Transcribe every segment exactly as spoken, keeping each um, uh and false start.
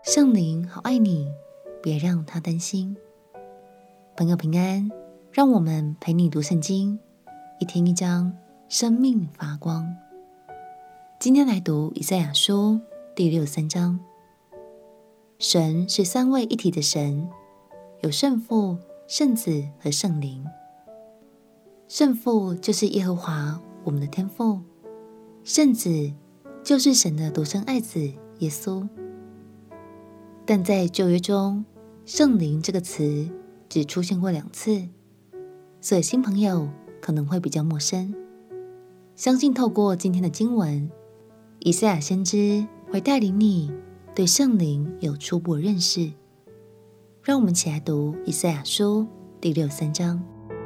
圣灵好爱你，别让他担心。朋友平安，让我们陪你读圣经，一天一章，生命发光。今天来读以赛亚书第六十三章。神是三位一体的神，有圣父、圣子和圣灵。圣父就是耶和华我们的天父，圣子就是神的独生爱子耶稣。但在旧约中，圣灵这个词只出现过两次，所以新朋友可能会比较陌生。相信透过今天的经文，以赛亚先知会带领你对圣灵有初步认识。让我们一起来读以赛亚书第六十三章。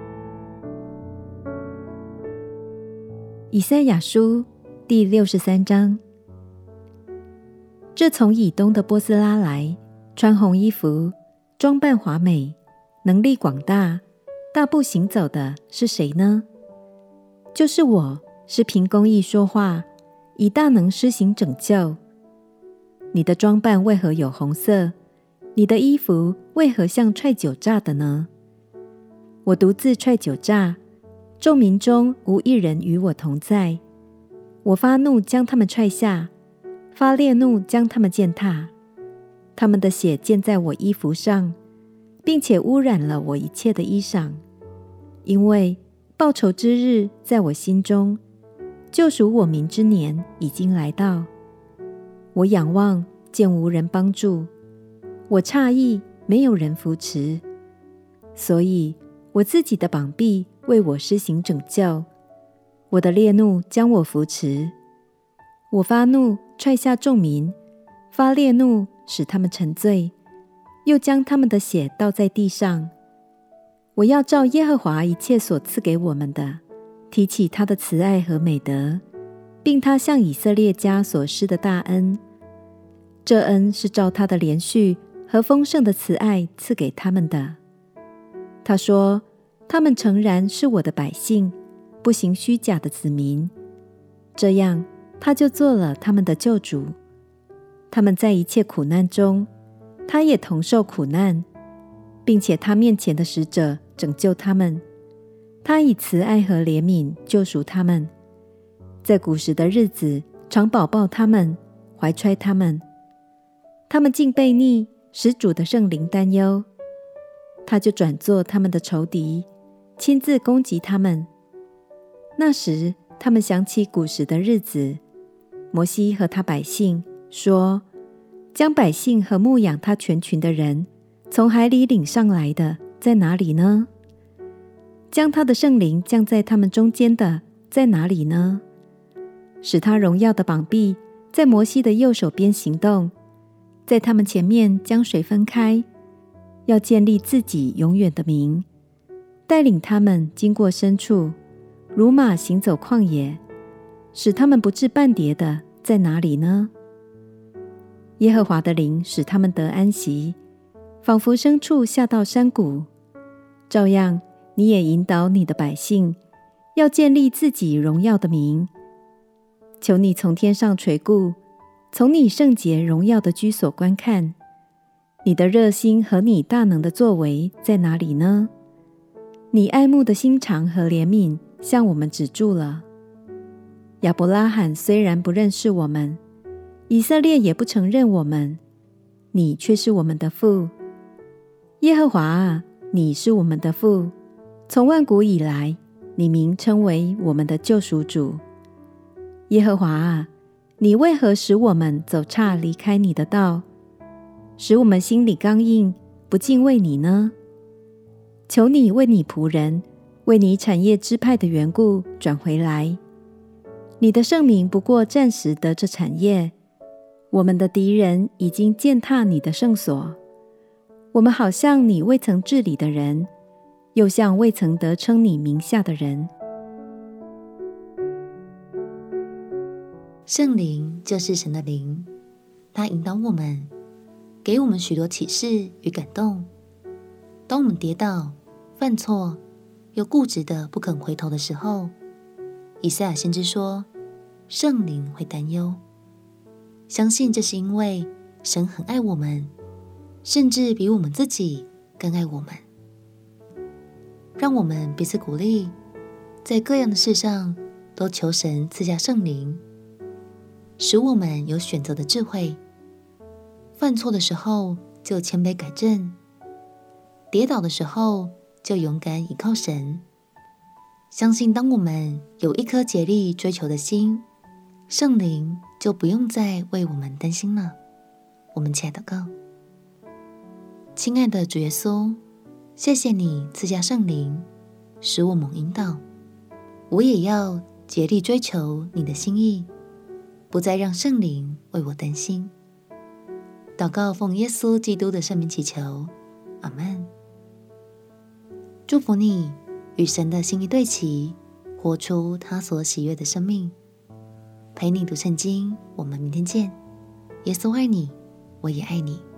以赛亚书第六十三章。这从以东的波斯拉来，穿红衣服，装扮华美，能力广大，大步行走的是谁呢？就是我，是凭公义说话，以大能施行拯救。你的装扮为何有红色？你的衣服为何像踹酒榨的呢？我独自踹酒榨，众民中无一人与我同在。我发怒将他们踹下，发烈怒将他们践踏。他们的血溅在我衣服上，并且污染了我一切的衣裳。因为报仇之日在我心中，救赎我民之年已经来到。我仰望，见无人帮助；我诧异，没有人扶持。所以我自己的膀臂为我施行拯救，我的烈怒将我扶持。我发怒，踹下众民，发烈怒，使他们沉醉，又将他们的血倒在地上。我要照耶和华一切所赐给我们的，提起他的慈爱和美德，并他向以色列家所施的大恩。这恩是照他的连续和丰盛的慈爱赐给他们的。他说，他们诚然是我的百姓，不行虚假的子民。这样，他就做了他们的救主。他们在一切苦难中，他也同受苦难，并且他面前的使者拯救他们。他以慈爱和怜悯救赎他们，在古时的日子常保抱他们，怀揣他们。他们竟悖逆，使主的圣灵担忧。他就转作他们的仇敌，亲自攻击他们。那时他们想起古时的日子，摩西和他百姓说，将百姓和牧养他全群的人从海里领上来的在哪里呢？将他的圣灵降在他们中间的在哪里呢？使他荣耀的膀臂在摩西的右手边行动，在他们前面将水分开，要建立自己永远的名，带领他们经过深处，如马行走旷野，使他们不致半跌的在哪里呢？耶和华的灵使他们得安息，仿佛牲畜下到山谷。照样，你也引导你的百姓，要建立自己荣耀的名。求你从天上垂顾，从你圣洁荣耀的居所观看。你的热心和你大能的作为在哪里呢？你爱慕的心肠和怜悯向我们止住了。亚伯拉罕虽然不认识我们，以色列也不承认我们，你却是我们的父。耶和华啊，你是我们的父，从万古以来，你名称为我们的救赎主。耶和华啊，你为何使我们走岔离开你的道，使我们心里刚硬，不敬畏你呢？求你为你仆人，为你产业支派的缘故转回来。你的圣名不过暂时得着产业，我们的敌人已经践踏你的圣所。我们好像你未曾治理的人，又像未曾得称你名下的人。 圣灵就是神的灵，他引导我们，给我们许多启示与感动。当我们跌倒、犯错，又固执的不肯回头的时候，以赛亚先知说，圣灵会担忧。相信这是因为神很爱我们，甚至比我们自己更爱我们。让我们彼此鼓励，在各样的事上都求神赐下圣灵，使我们有选择的智慧，犯错的时候就谦卑改正，跌倒的时候就勇敢倚靠神。相信当我们有一颗竭力追求的心，圣灵就不用再为我们担心了。我们起来祷告。亲爱的主耶稣，谢谢你赐下圣灵，使我蒙引导，我也要竭力追求你的心意，不再让圣灵为我担心。祷告奉耶稣基督的圣名祈求，阿们。祝福你与神的心意对齐，活出他所喜悦的生命。陪你读圣经，我们明天见。耶稣爱你，我也爱你。